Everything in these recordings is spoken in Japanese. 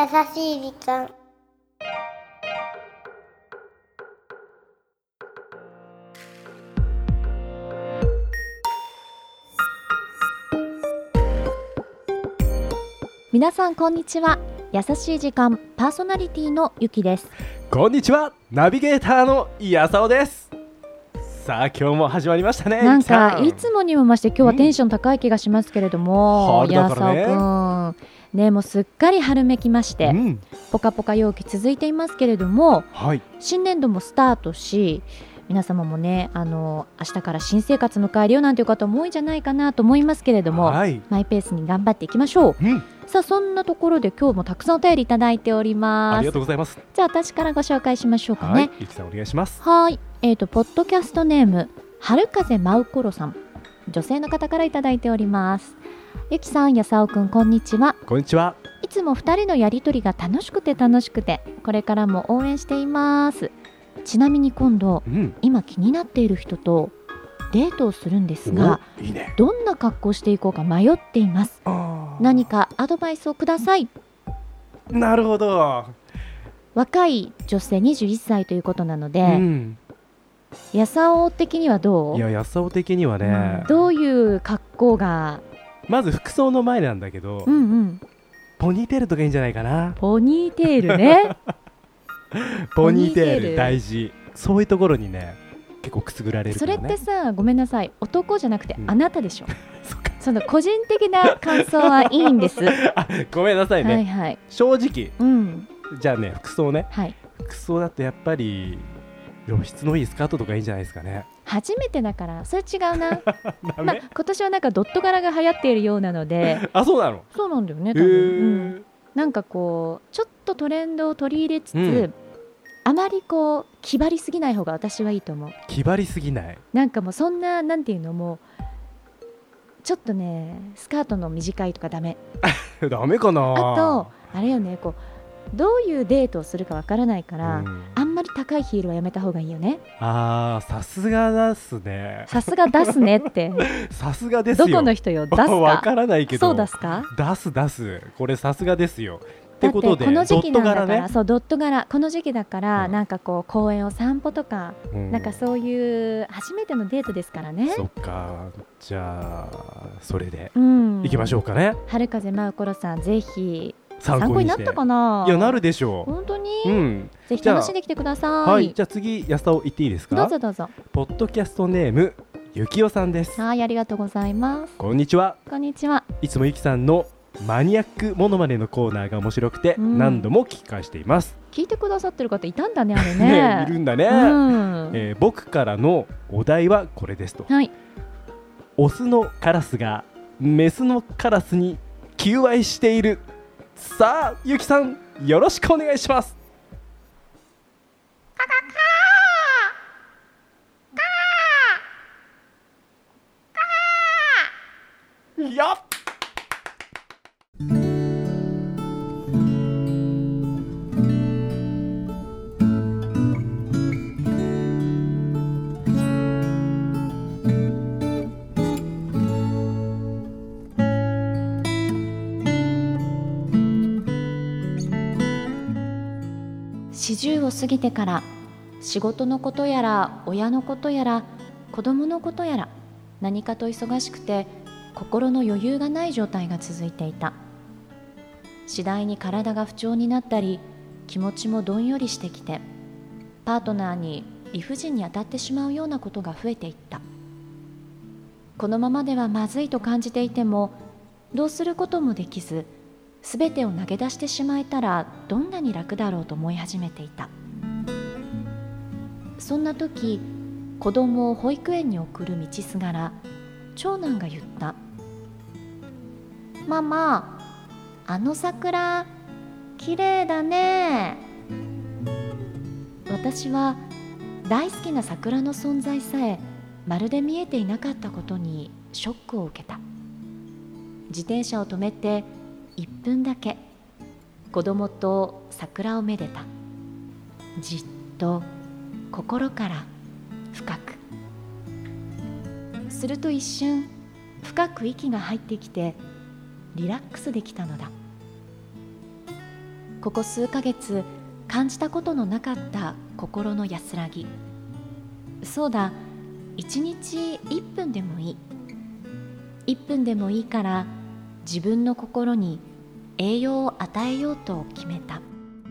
しい時間。 皆さんこんにちは。優しい時間パーソナリティのゆきです。 こんにちは、ナビゲーターのやさおです。さあ今日も始まりましたね。 なんかいつもにも増して今日はテンション高い気がしますけれども、 春だからね。 やさおくんね、もうすっかり春めきまして、ポカポカ陽気続いていますけれども、 はい、 新年度もスタートし、皆様もね明日から新生活迎えるよなんていう方も多いんじゃないかなと思いますけれども、 はい、 マイペースに頑張っていきましょう。さあそんなところで今日もたくさんお便りいただいております。 ありがとうございます。 じゃあ私からご紹介しましょうかね。 はい、ゆきさんお願いします。 はい、ポッドキャストネーム春風舞うころさん、女性の方からいただいております。ゆきさん、やさおくん、こんにちは。 こんにちは。 いつも2人のやりとりが楽しくてこれからも応援しています。ちなみに今度、今気になっている人とデートをするんですが、 いいね、 どんな格好をしていこうか迷っています。何かアドバイスをください。 なるほど。 若い女性21歳ということなので、やさお的にはどう？ いや、やさお的にはね、 どういう格好が、 まず服装の前なんだけど、ポニーテールとかいいんじゃないかな。 ポニーテールねポニーテール大事。そういうところにね結構くすぐられるからね。 それってさ、ごめんなさい、男じゃなくてあなたでしょその個人的な感想はいいんですごめんなさいね、 はいはい、 正直、じゃあね、服装ね、服装だとやっぱり露出のいいスカートとかいいんじゃないですかね。 初めてだからそれ違うな今年はなんかドット柄が流行っているようなのであ、そうなの？ そうなんだよね、多分、なんかこうちょっとトレンドを取り入れつつ、あまりこう気張りすぎない方が私はいいと思う。 気張りすぎない、 なんかもうそんな、なんていうの、もうちょっとねスカートの短いとかダメダメかな。 あとあれよね、こうどういうデートをするかわからないから、あんまり高いヒールはやめた方がいいよね。 さすがですね。 さすが出すねってさすがですよ。 どこの人よ、出すかわからないけど、 そう出すか、 出すこれさすがですよ。ってことでこの時期なんだから、 ドット柄ね。 そう、ドット柄、この時期だから、なんかこう公園を散歩とか、なんかそういう初めてのデートですからね。 そっか、じゃあそれで行きましょうかね。 春風舞うころさん、ぜひ参考にして。 なったかな。 いや、なるでしょう。 本当に、ぜひ楽しんできてください。 はい、じゃあ次、安田を言っていいですか。 どうぞどうぞ。 ポッドキャストネームゆきおさんです。 はい、ありがとうございます。 こんにちは。 こんにちは。 いつもゆきさんのマニアックモノマネのコーナーが面白くて、何度も聞き返しています。 聞いてくださってる方いたんだね、あれねいるんだね、僕からのお題はこれですと、オスのカラスがメスのカラスに求愛している。さあゆきさん、よろしくお願いします。 カカカーカーカー。 やっ、 40を過ぎてから仕事のことやら親のことやら子供のことやら何かと忙しくて心の余裕がない状態が続いていた。次第に体が不調になったり気持ちもどんよりしてきて、パートナーに理不尽に当たってしまうようなことが増えていった。このままではまずいと感じていてもどうすることもできず、すべてを投げ出してしまえたらどんなに楽だろうと思い始めていた。そんな時、子供を保育園に送る道すがら長男が言った。ママ、あの桜きれいだね。私は大好きな桜の存在さえまるで見えていなかったことにショックを受けた。自転車を止めて1分だけ子供と桜をめでた。じっと心から深く。すると一瞬深く息が入ってきてリラックスできたのだ。 ここ数ヶ月感じたことのなかった心の安らぎ。そうだ、1日1分でもいい。1分でもいいから自分の心に栄養を与えようと決めた。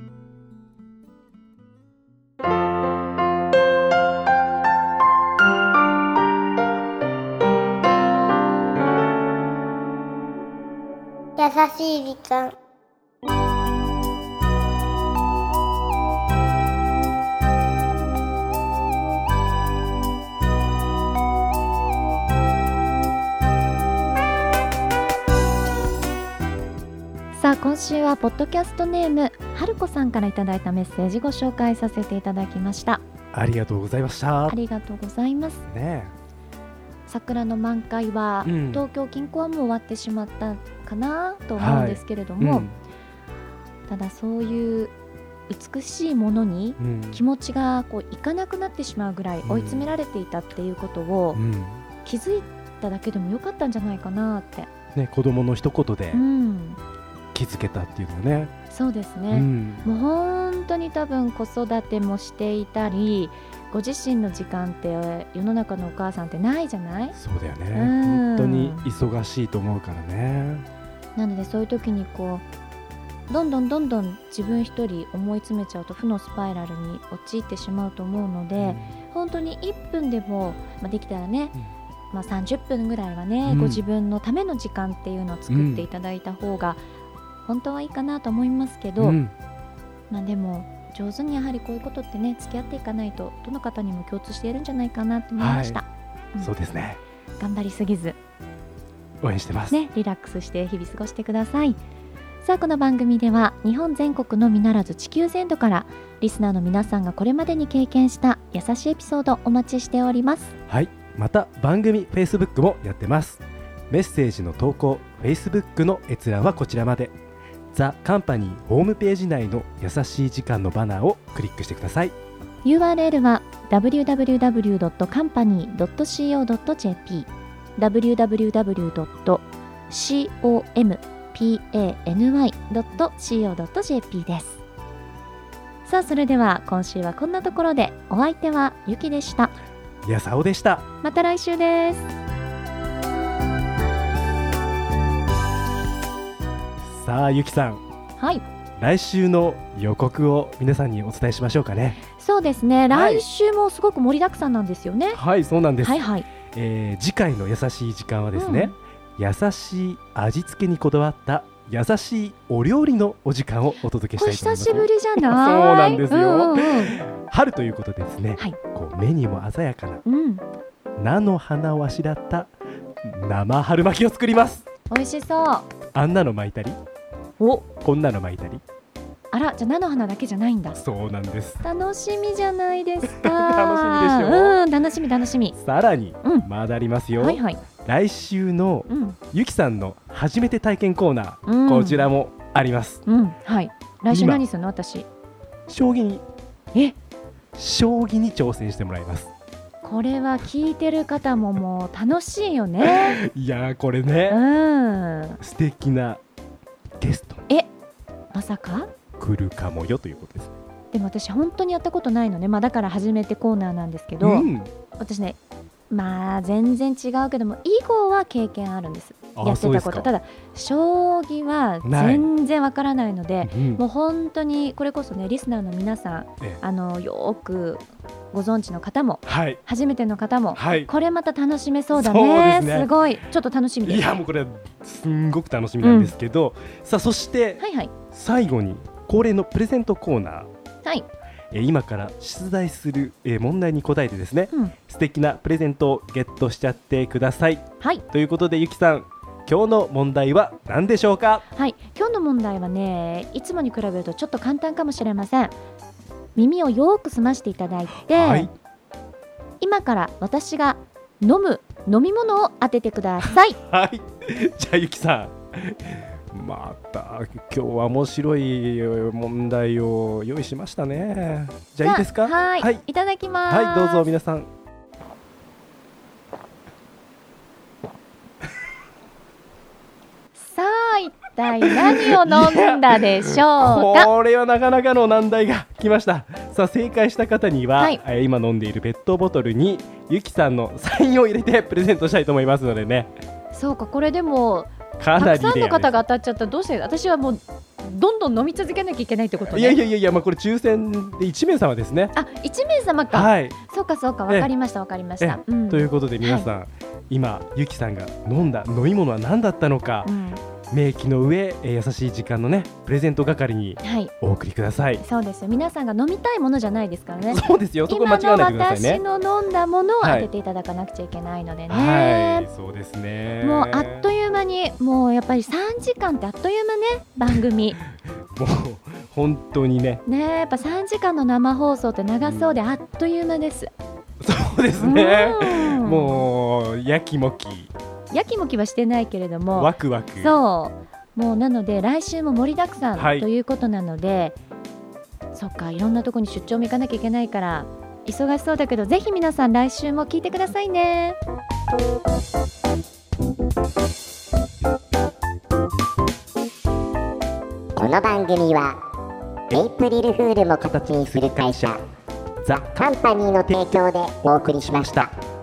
優しい時間。 さあ、今週はポッドキャストネームはるこさんからいただいたメッセージご紹介させていただきました。 ありがとうございました。 ありがとうございます、 ね、 桜の満開は、東京近郊はもう終わってしまったかなと思うんですけれども、ただそういう美しいものに気持ちがこういかなくなってしまうぐらい追い詰められていたっていうことを気づいただけでもよかったんじゃないかなって、 子供の一言で気づけたっていうのね。 そうですね、もう本当に多分子育てもしていたり、ご自身の時間って世の中のお母さんってないじゃない。 そうだよね、本当に忙しいと思うからね。 なのでそういう時にこうどんどん自分一人思い詰めちゃうと負のスパイラルに陥ってしまうと思うので、本当に1分でも、できたらね、30分ぐらいはね、ご自分のための時間っていうのを作っていただいた方が本当はいいかなと思いますけど、でも上手にやはりこういうことってね、付き合っていかないとどの方にも共通しているんじゃないかなと思いました、 そうですね。 頑張りすぎず応援してます、 リラックスして日々過ごしてください。さあ、この番組では日本全国のみならず地球全土からリスナーの皆さんがこれまでに経験した優しいエピソードお待ちしております。 はい、また番組 Facebook もやってます。メッセージの投稿 Facebook の閲覧はこちらまで。ザ・カンパニーホームページ内の優しい時間のバナーをクリックしてください。 URL は www.company.co.jp www.company.co.jp です。さあ、それでは今週はこんなところで。お相手はゆきでした。 やさおでした。 また来週です。 さあ、ゆきさん、 はい、 来週の予告を皆さんにお伝えしましょうかね。 そうですね、来週もすごく盛りだくさんなんですよね。 はい、そうなんです。 はいはい、 次回の優しい時間はですね、優しい味付けにこだわった優しいお料理のお時間をお届けしたいと思います。 久しぶりじゃないそうなんですよ、春ということでですね、こう目にも鮮やかな、菜の花をあしらった生春巻きを作ります。 美味しそう。 あんなの巻いたり、こんなの巻いたり。 あら、じゃあ菜の花だけじゃないんだ。 そうなんです。 楽しみじゃないですか。 楽しみでしょ。 楽しみ楽しみ。 さらに、まだありますよ。来週のゆきさんの初めて体験コーナー、こちらもあります。 はい。来週何するの？私。 将棋に挑戦してもらいます。 これは聞いてる方ももう楽しいよね。 いやー、これね、素敵なゲストまさか来るかもよということです。 でも私本当にやったことないのね、だから初めてコーナーなんですけど、私ね、全然違うけども囲碁は経験あるんです。やってたこと。ただ将棋は全然わからないので、もう本当にこれこそね、リスナーの皆さん、よくご存知の方も、初めての方も、これまた楽しめそうだね。すごい、ちょっと楽しみです。 いや、もうこれはすんごく楽しみなんですけど、さあ、そして最後に恒例のプレゼントコーナー、今から出題する問題に答えてですね、素敵なプレゼントをゲットしちゃってください。ということで、ゆきさん、今日の問題は何でしょうか？今日の問題はね、いつもに比べるとちょっと簡単かもしれません。耳をよく澄ましていただいて、今から私が飲む飲み物を当ててください。 じゃあゆきさん、また今日は面白い問題を用意しましたね。じゃあいいですか？ いただきます。 どうぞ皆さん。さあ、い体何を飲んだでしょうか。 これはなかなかの難題が来ました。さあ正解した方には、今飲んでいるペットボトルにゆきさんのサインを入れてプレゼントしたいと思いますのでね。 そうか、これでもかなりたくさんの方が当たっちゃったらどうして、私はもうどんどん飲み続けなきゃいけないってことね。 いや、これ抽選で1名様ですね。 あ、1名様か。 はい、 そうかわかりましたということで皆さん、今ゆきさんが飲んだ飲み物は何だったのか、明記の上、優しい時間のねプレゼント係にお送りください。 そうですよ、皆さんが飲みたいものじゃないですからね。 そうですよ、そこ間違わないでくださいね。 今の私の飲んだものを当てていただかなくちゃいけないのでね。 そうですね。 もうあっという間に、もうやっぱり3時間ってあっという間ね、番組もう本当にね、 やっぱ3時間の生放送って長そうであっという間です。 そうですね。もうやきもきはしてないけれどもワクワク。 そうもうなので来週も盛りだくさんということなので、そっか、いろんなところに出張も行かなきゃいけないから忙しそうだけど、ぜひ皆さん来週も聞いてくださいね。 この番組はエイプリルフールも形にする会社ザ・カンパニーの提供でお送りしました。